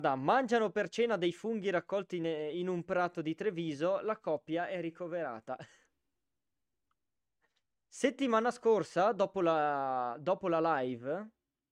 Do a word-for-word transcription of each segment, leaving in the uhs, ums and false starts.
Mangiano per cena dei funghi raccolti in, in un prato di Treviso, la coppia è ricoverata. Settimana scorsa, dopo la, dopo la live,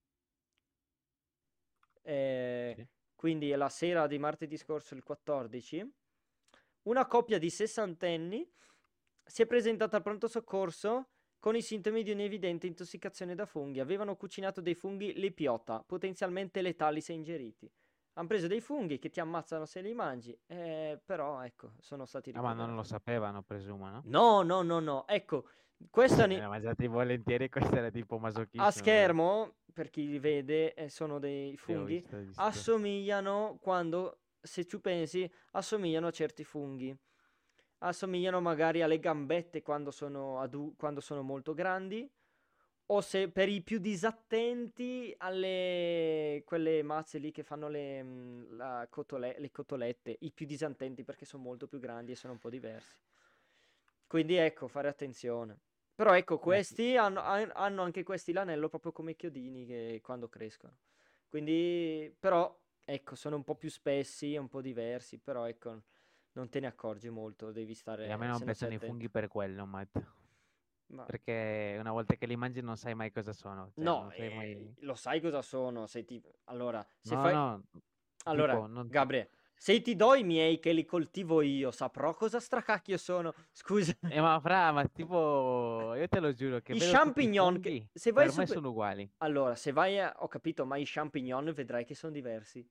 eh, Sì. quindi la sera di martedì scorso, il quattordici, una coppia di sessantenni si è presentata al pronto soccorso con i sintomi di un'evidente intossicazione da funghi. Avevano cucinato dei funghi lepiota, potenzialmente letali se ingeriti. Hanno preso dei funghi che ti ammazzano se li mangi, eh, però ecco, sono stati Ah, ma non lo ricoverati. sapevano, presumo, no? No, no, no, no, ecco, questa Se ne- ne ha mangiati volentieri, questo era tipo a masochismo, guarda. schermo, per chi li vede, eh, sono dei Sì, ho funghi, visto, ho visto. assomigliano quando, se ci pensi, assomigliano a certi funghi. Assomigliano magari alle gambette quando sono, adu- quando sono molto grandi, o se per i più disattenti alle quelle mazze lì che fanno le, mm, la cotole- le cotolette, i più disattenti perché sono molto più grandi e sono un po' diversi. Quindi ecco, fare attenzione. Però ecco, Eh sì. questi hanno, han- hanno anche questi l'anello proprio come i chiodini che quando crescono. Quindi, però, ecco, sono un po' più spessi, un po' diversi, però ecco, non te ne accorgi molto, devi E a me stare, non se non sei piacciono i attento. funghi per quello, Matt. Ma Perché una volta che li mangi non sai mai cosa sono. Cioè, no, non sai eh, mai... lo sai cosa sono, se ti... Allora, se No, fai... no, Allora, tipo, non ti... Gabriele, se ti do i miei che li coltivo io, saprò cosa stracacchio sono. Scusa. Eh, ma fra, ma tipo, io te lo giuro che I vedo tutti i champignon che... funghi, Se vai per su... me sono uguali. Allora, se vai a... Ho capito, ma i champignon vedrai che sono diversi.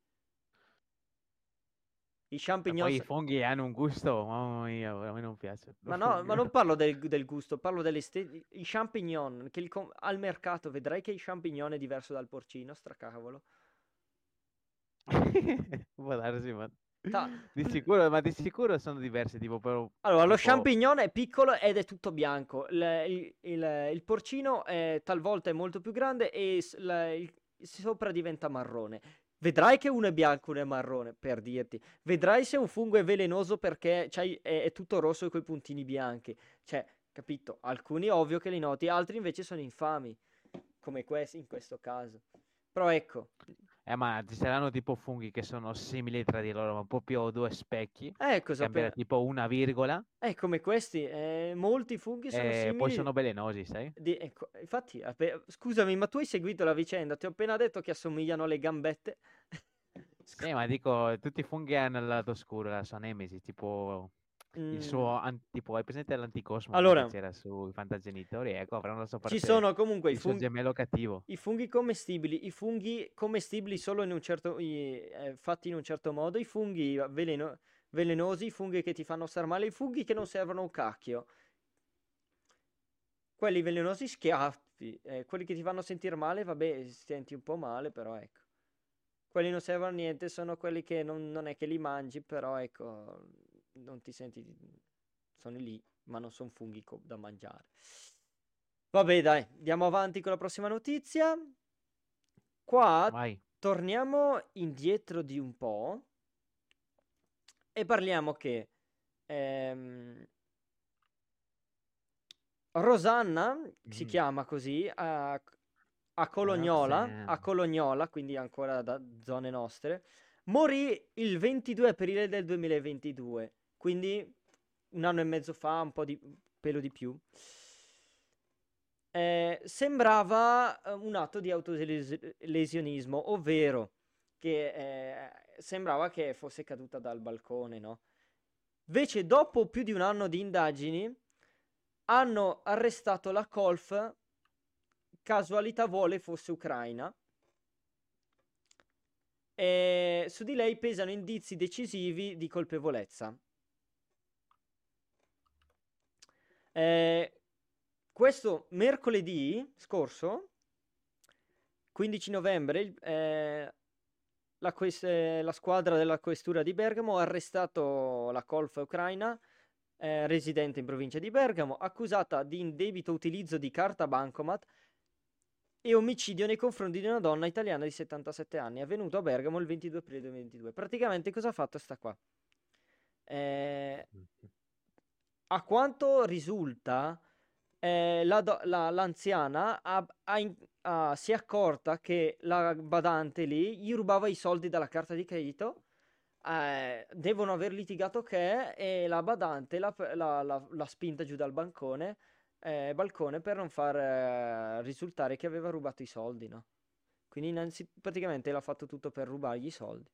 I E champignon... poi i s- funghi hanno un gusto, mamma mia, a me non piace. Ma no, Funghi. ma non parlo del, del gusto, parlo dell'estetica. I champignon, che li com- al mercato vedrai che i champignon è diverso dal porcino, stracavolo. Può darsi, ma... Ta- Di sicuro, ma di sicuro sono diversi, tipo, però, Allora, lo tipo... champignon è piccolo ed è tutto bianco. Il, il- il- il porcino è, talvolta è molto più grande e s- la- il, sopra diventa marrone. Vedrai che uno è bianco, uno è marrone, per dirti. Vedrai se un fungo è velenoso perché c'hai- è, è tutto rosso con i puntini bianchi. Cioè, capito? Alcuni ovvio che li noti, altri invece sono infami, come questi in questo caso. Però ecco, Eh, ma ci saranno tipo funghi che sono simili tra di loro, ma proprio due specchi, eh, cosa ho cambierà appena... tipo una virgola, Eh, come questi, eh, molti funghi sono e poi simili. sono velenosi, sai? Di- ecco, infatti, appe- scusami, ma tu hai seguito la vicenda? Ti ho appena detto che assomigliano alle gambette. Scu- Sì, ma dico, tutti i funghi hanno il lato oscuro, la sua nemesi, tipo il Mm, suo, an- tipo, hai presente l'anticosmo, no? Che Allora, c'era sui Fantagenitori? Ecco, avranno la sua ci parte, sono comunque i il suo funghi, gemello cattivo. i funghi commestibili, i funghi commestibili solo in un certo, i- eh, fatti in un certo modo, i funghi veleno- velenosi, i funghi che ti fanno star male, i funghi che non servono un cacchio. Quelli velenosi schiaffi, eh, quelli che ti fanno sentire male, vabbè, senti un po' male, però ecco. Quelli non servono a niente, sono quelli che non, non è che li mangi, però ecco, non ti senti... Sono lì, ma non sono funghi co- da mangiare. Vabbè, dai, andiamo avanti con la prossima notizia. Qua Vai. torniamo indietro di un po' e parliamo che ehm, Rosanna, si Mm. chiama così, a, a Colognola, a Roxanne. Colognola, quindi ancora da zone nostre, morì il ventidue aprile del duemilaventidue, quindi un anno e mezzo fa, un po' di pelo di più. Eh, sembrava eh, un atto di autolesionismo, ovvero che eh, sembrava che fosse caduta dal balcone, no? Invece, dopo più di un anno di indagini, hanno arrestato la Colf, casualità vuole fosse ucraina, e su di lei pesano indizi decisivi di colpevolezza. Eh, questo mercoledì scorso, quindici novembre, il- eh, la, ques- eh, la squadra della questura di Bergamo ha arrestato la Colf ucraina, eh, residente in provincia di Bergamo, accusata di indebito utilizzo di carta bancomat e omicidio nei confronti di una donna italiana di settantasette anni, avvenuto a Bergamo il ventidue aprile duemilaventidue. Praticamente cosa ha fatto sta qua? Eh, a quanto risulta, eh, la do- la- l'anziana ha, ha in- ha- si è accorta che la badante lì gli rubava i soldi dalla carta di credito. Eh, devono aver litigato che e la badante l'ha l'ha- l'ha- l'ha spinta giù dal bancone, eh, balcone per non far eh, risultare che aveva rubato i soldi, no? Quindi innanzi- praticamente l'ha fatto tutto per rubargli i soldi.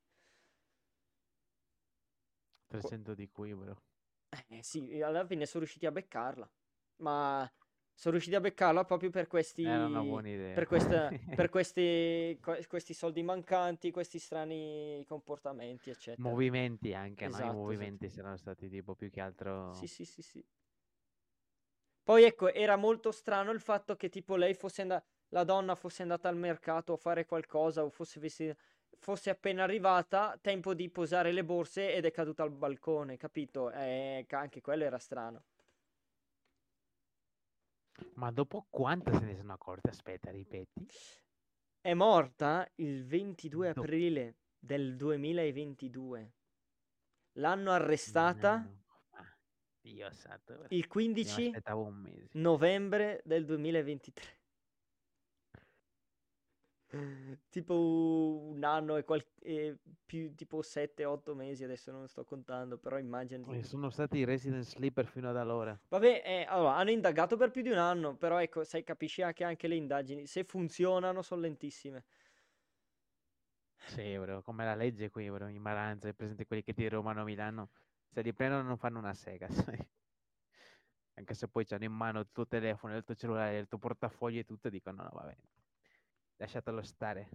Qu- trecento di qui, bro. Eh sì, alla fine sono riusciti a beccarla. Ma sono riusciti a beccarla proprio per Era una questi, buona idea. per questa, per questi, que- questi soldi mancanti, questi strani comportamenti, eccetera. Movimenti anche, no? I Esatto, esatto. movimenti saranno stati tipo più che Sì, altro... sì, sì, sì. Poi ecco, era molto strano il fatto che tipo lei fosse andata, la donna fosse andata al mercato a fare qualcosa o fosse, vesti- fosse appena arrivata, tempo di posare le borse ed è caduta al balcone, capito? Eh, ca- anche quello era strano. Ma dopo quanto se ne sono accorti? Aspetta, ripeti. È morta il ventidue Dopo aprile del duemilaventidue. L'hanno un arrestata anno fa. Dio santo, bro. il Io mi quindici aspettavo un mese. novembre del duemilaventitré. Tipo un anno e, qual- e più tipo sette otto mesi, adesso non sto contando, però immaginati. E sono stati i resident sleeper fino ad allora. Vabbè, eh, allora, hanno indagato per più di un anno, però ecco, sai, capisci anche, anche le indagini, se funzionano sono lentissime. Sì, bro, come la legge qui, bro, in Maranza, è presente quelli che ti rubano a Milano. Se li prendono non fanno una sega, sai? Anche se poi c'hanno in mano il tuo telefono, il tuo cellulare, il tuo portafoglio e tutto, dicono no, va bene, lasciatelo stare.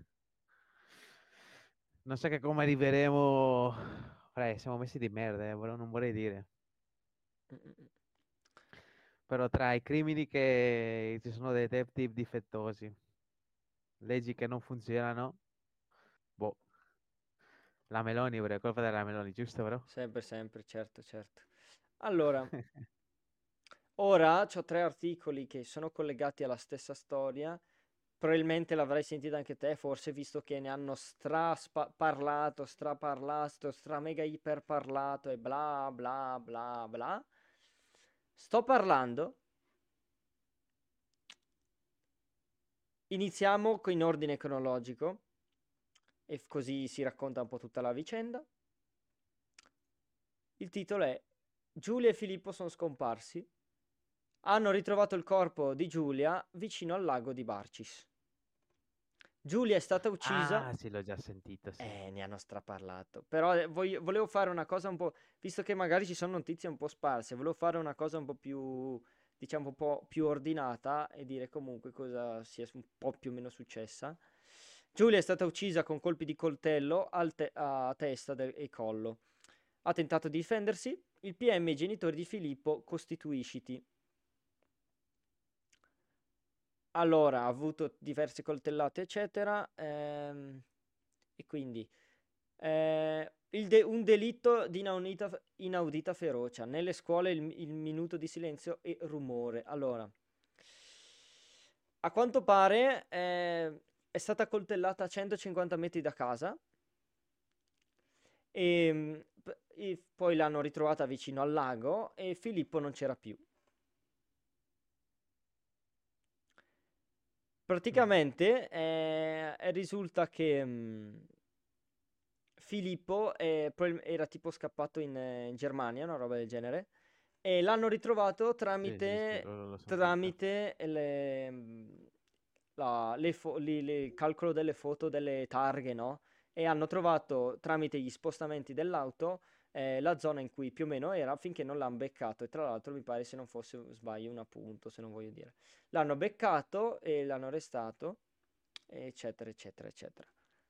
Non so che come arriveremo... Frai, siamo messi di merda, eh, bro, non vorrei dire. Mm, mm, mm. Però tra i crimini che ci sono dei detective difettosi, leggi che non funzionano, boh, la Meloni, bro, è colpa della Meloni, giusto, bro? Sempre, sempre, certo, certo. Allora, ora ho tre articoli che sono collegati alla stessa storia. Probabilmente l'avrai sentita anche te, forse visto che ne hanno stra spa- parlato, straparlato, stra mega iper parlato e bla bla bla bla. Sto parlando. Iniziamo in ordine cronologico e f- così si racconta un po' tutta la vicenda. Il titolo è Giulia e Filippo sono scomparsi. Hanno ritrovato il corpo di Giulia vicino al lago di Barcis. Giulia è stata uccisa. Ah, sì, l'ho già sentito, sì. Eh, ne hanno straparlato. Però eh, voglio- volevo fare una cosa un po', visto che magari ci sono notizie un po' sparse, volevo fare una cosa un po' più, diciamo, un po' più ordinata e dire comunque cosa sia un po' più o meno successa. Giulia è stata uccisa con colpi di coltello al te- a testa del- e collo. Ha tentato di difendersi. Il P M e i genitori di Filippo costituisciti. Allora, ha avuto diverse coltellate, eccetera. ehm, e quindi eh, il de- un delitto di inaudita, inaudita ferocia. Nelle scuole il, il minuto di silenzio e rumore. Allora, a quanto pare eh, è stata coltellata a centocinquanta metri da casa e, mm, p- e poi l'hanno ritrovata vicino al lago e Filippo non c'era più. Mm, Praticamente eh, risulta che mm, Filippo eh, prob- era tipo scappato in, eh, in Germania, una roba del genere, e l'hanno ritrovato sì, sì, sì, tramite, lo, l'ho sentito. tramite le, mm, la- le fo- li- li- il calcolo delle foto delle targhe, no? E hanno trovato tramite gli spostamenti dell'auto eh, la zona in cui più o meno era finché non l'hanno beccato. E tra l'altro mi pare se non fosse sbaglio un appunto, se non voglio dire. L'hanno beccato e l'hanno arrestato, eccetera, eccetera, eccetera.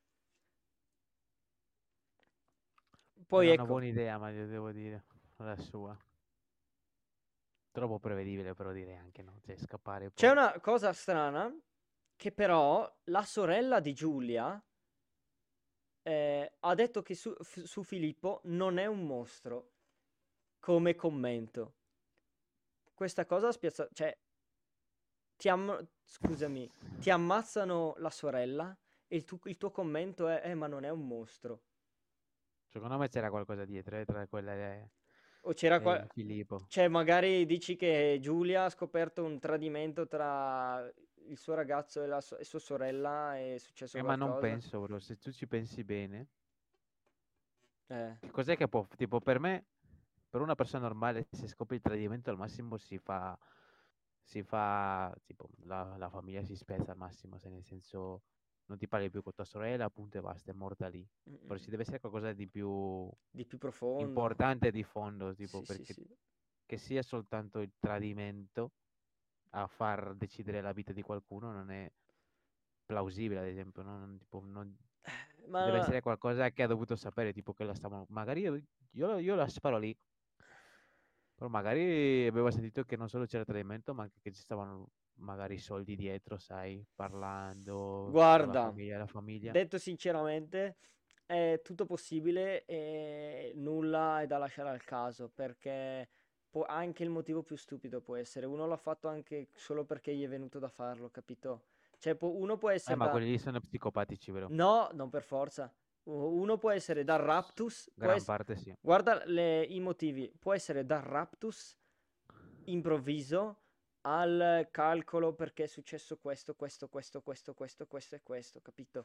Poi Era una ecco. buona idea, ma io devo dire, la sua. Troppo prevedibile, però direi anche, no? Cioè, scappare C'è poi. una cosa strana che però la sorella di Giulia eh, ha detto che su, f- su Filippo non è un mostro come commento. Questa cosa spiazza, cioè, ti am- scusami, ti ammazzano la sorella e il, tu- il tuo commento è, eh, ma non è un mostro. Secondo me c'era qualcosa dietro, eh, tra quella e, O c'era qua, e Filippo. cioè, magari dici che Giulia ha scoperto un tradimento tra il suo ragazzo e, la su- e sua sorella è successo Eh, ma non qualcosa. penso, bro, se tu ci pensi bene, Eh, che cos'è che può, tipo per me, per una persona normale, se scopre il tradimento al massimo si fa, si fa, tipo, la, la famiglia si spezza al massimo, se nel senso non ti parli più con tua sorella, appunto e basta, è morta lì. mm, Però mm, ci deve essere qualcosa di più di più profondo. importante di fondo, tipo, Sì, sì, perché sì. che sia soltanto il tradimento a far decidere la vita di qualcuno non è plausibile, ad esempio, no? Non, tipo, non- ci deve Ma essere qualcosa che ha dovuto sapere, tipo che la stavano, magari io, io, io la sparo lì, però magari avevo sentito che non solo c'era tradimento, ma anche che ci stavano magari soldi dietro, sai, parlando con la guarda, famiglia e la famiglia. detto sinceramente, è tutto possibile e nulla è da lasciare al caso, perché può- anche il motivo più stupido può essere, uno l'ha fatto anche solo perché gli è venuto da farlo, capito? Cioè, può- uno può Eh, essere ma da... quelli lì sono psicopatici, vero? No, non per forza. U- Uno può essere da raptus, può Gran ess- parte sì. guarda le- i motivi, può essere da raptus improvviso al calcolo perché è successo questo, questo, questo, questo, questo, questo e questo, capito?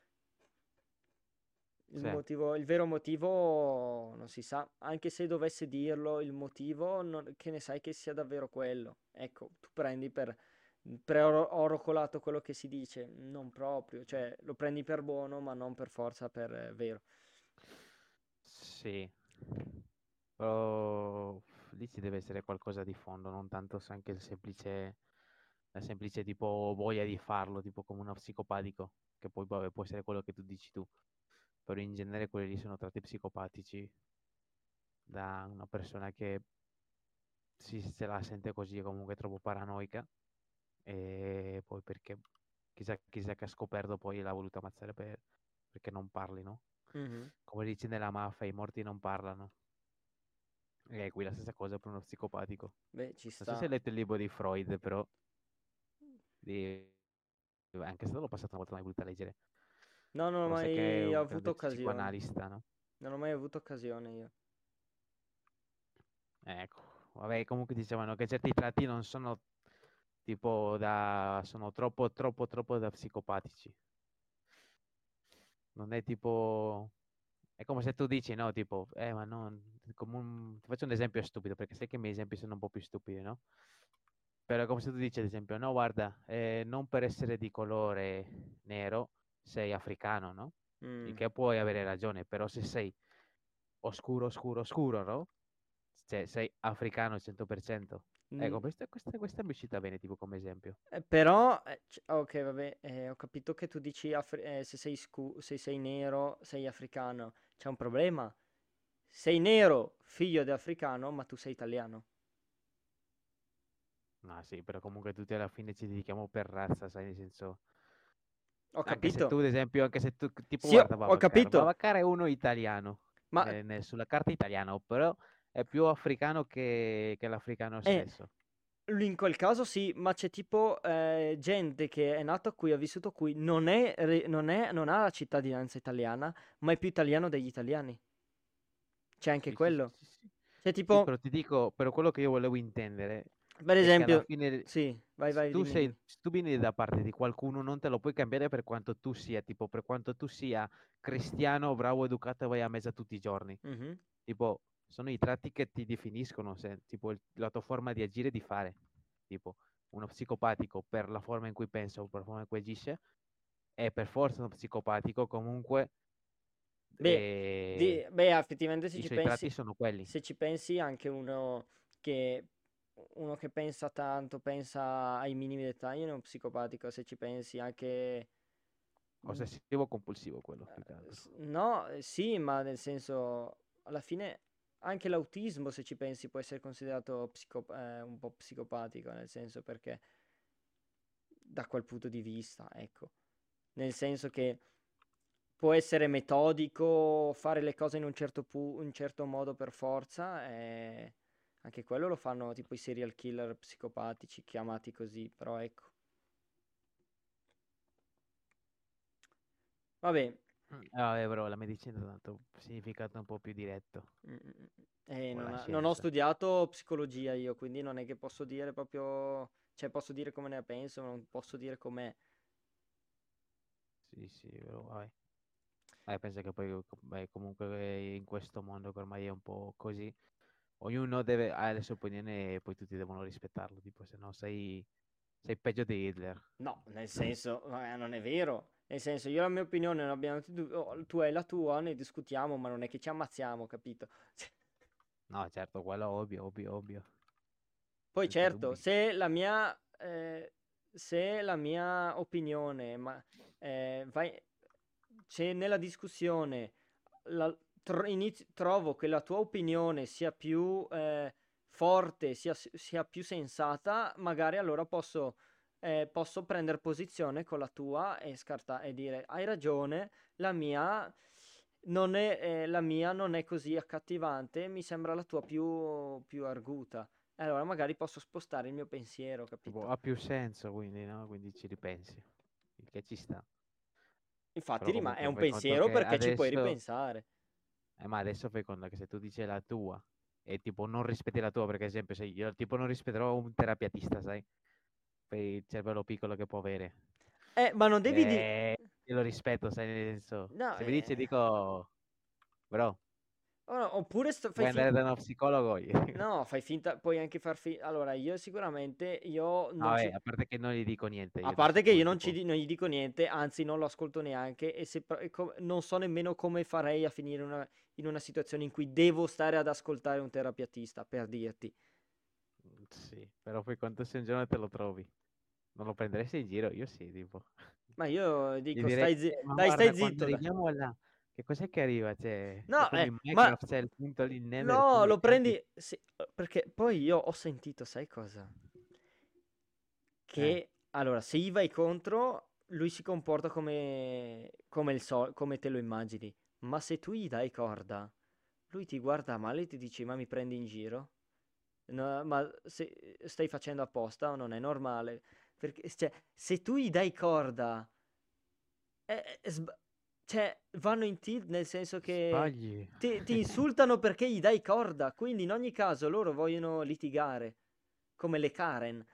Il Sì. motivo, il vero motivo non si sa, anche se dovesse dirlo, il motivo non- che ne sai che sia davvero quello. Ecco, tu prendi per, per oro, oro colato quello che si dice, non proprio, cioè lo prendi per buono, ma non per forza per eh, vero. Sì. Però lì ci deve essere qualcosa di fondo, non tanto se anche il semplice, la semplice tipo voglia di farlo, tipo come uno psicopatico, che poi vabbè, può essere quello che tu dici tu, però in genere quelli lì sono tratti psicopatici da una persona che si, se la sente così, comunque troppo paranoica, e poi perché chissà, chissà che ha scoperto poi l'ha voluto ammazzare per- perché non parli, no? Mhm. Come dici nella mafia, i morti non parlano. E qui la stessa cosa per uno psicopatico. Beh, ci Non so se hai sta. letto il libro di Freud, però di- anche se l'ho passato una volta, mai voluta leggere. No, non ho Però sai che è mai un avuto grande occasione. psicoanalista, no? Non ho mai avuto occasione io. Ecco, vabbè, comunque dicevano che certi tratti non sono tipo da... sono troppo, troppo, troppo da psicopatici. Non è tipo... È come se tu dici, no? Tipo, eh, ma no, come un- ti faccio un esempio stupido, perché sai che i miei esempi sono un po' più stupidi, no? Però è come se tu dici, ad esempio, no, guarda, eh, non per essere di colore nero sei africano, no? Il Mm. che puoi avere ragione, però se sei oscuro, oscuro, oscuro, no? Cioè, sei africano al cento per cento. Mm, Ecco, questa, questa, questa mi è uscita bene, tipo come esempio. eh, però, eh, c- ok, vabbè, eh, ho capito che tu dici afri- eh, se sei, scu- se sei nero, sei africano. C'è un problema. Sei nero, figlio di africano, ma tu sei italiano. No, sì, però comunque tutti alla fine ci dedichiamo per razza, sai, nel senso... Ho Anche se tu, capito. ad esempio, anche se tu, tipo, Sì, ho guarda ho Babacar, capito. Babacar è uno italiano, Ma ne- ne- sulla carta italiano, però è più africano che, che l'africano eh, stesso. in quel caso sì, ma c'è tipo eh, gente che è nata qui, ha vissuto qui, non è, re- non è- non ha la cittadinanza italiana, ma è più italiano degli italiani. C'è anche Sì, sì, sì, quello. sì, sì. C'è Sì, tipo, però ti dico, però quello che io volevo intendere per è che alla esempio, fine, sì, vai, se vai, tu dimmi, sei, dimmi. se tu vieni da parte di qualcuno, non te lo puoi cambiare per quanto tu sia, tipo, per quanto tu sia cristiano, bravo, educato e vai a messa tutti i giorni. Mhm. Tipo, sono i tratti che ti definiscono, se, tipo, il- la tua forma di agire e di fare. Tipo, uno psicopatico per la forma in cui pensa o per la forma in cui agisce, è per forza uno psicopatico, comunque Beh, eh, di- beh, effettivamente se i ci suoi tratti pensi, sono quelli. se ci pensi anche uno che, uno che pensa tanto, pensa ai minimi dettagli, non è un psicopatico, se ci pensi anche... mm, Ossessivo compulsivo quello, più che eh, altro. s- no, eh, sì, ma nel senso, alla fine anche l'autismo, se ci pensi, può essere considerato psico- eh, un po' psicopatico, nel senso perché da quel punto di vista, ecco. Nel senso che può essere metodico, fare le cose in un certo, pu- un certo modo per forza, e anche quello lo fanno tipo i serial killer psicopatici, chiamati così, però ecco. Vabbè, Mm. Ah, eh, però la medicina ha tanto significato un po' più diretto, mm, mm, mm. Eh, o non, la ha- non ho scienza. studiato psicologia io, quindi non è che posso dire proprio... Cioè, posso dire come ne penso, ma non posso dire com'è. Sì, sì, però vabbè. Eh, penso che poi co- beh, comunque in questo mondo che ormai è un po' così, ognuno deve, ha le sue opinioni e poi tutti devono rispettarlo, tipo se no sei, sei peggio di Hitler. No, nel senso, eh, non è vero. Nel senso, io ho la mia opinione, non abbiamo tu, oh, tu hai la tua, ne discutiamo, ma non è che ci ammazziamo, capito? No, certo, quello ovvio, ovvio, ovvio, Poi senza certo, dubbi. se la mia, eh, se la mia opinione, ma eh, vai, se nella discussione la- tro- inizi- trovo che la tua opinione sia più eh, forte, sia, sia più sensata, magari allora posso, eh, posso prendere posizione con la tua e scartare e dire hai ragione, la mia non è, eh, la mia non è così accattivante, mi sembra la tua più, più arguta. E allora magari posso spostare il mio pensiero, Tipo, capito? ha più senso, quindi, no? Quindi ci ripensi, il che ci sta. Infatti Però rima- è comunque un fai conto pensiero che perché ci puoi adesso, ripensare. eh, ma adesso fai conto che se tu dici la tua e tipo non rispetti la tua, perché ad esempio se io tipo non rispetterò un terapeutista, sai? Per il cervello piccolo che può avere. Eh, ma non devi di... Eh, io lo rispetto, sai, nel senso, No, se mi dice eh... dico, bro, oh, no, oppure sto- fai vuoi andare finta... da uno psicologo? Io dico, No, fai finta, puoi anche far finta... Allora, io sicuramente, io no, non vabbè, ci... a parte che non gli dico niente, A io di parte che io sicuro, non, ci tipo, di- non gli dico niente, anzi non lo ascolto neanche e, se, pro- e com- non so nemmeno come farei a finire una- in una situazione in cui devo stare ad ascoltare un terapeutista, per dirti. mm, sì, però poi quanto se un giorno te lo trovi, non lo prenderesti in giro? Io sì, tipo, Ma io gli dico, direi, stai, zi- "Eh, ma dai, guarda, stai quando zitto. dai. arriviamo là, che cos'è che arriva? Cioè, è No, come eh, in ma Minecraft, c'è il punto lì, il Nether, no, come i lo tempi, prendi... sì, perché poi io ho sentito, sai cosa? eh, Che allora, se gli vai contro, lui si comporta come, come il sol- come te lo immagini. Ma se tu gli dai corda, lui ti guarda male e ti dice: Ma mi prendi in giro? No, ma se stai facendo apposta o non è normale? Perché, cioè, se tu gli dai corda, è- è sb- cioè, vanno in tilt nel senso che sbagli. ti, ti insultano perché gli dai corda. Quindi, in ogni caso, loro vogliono litigare come le Karen.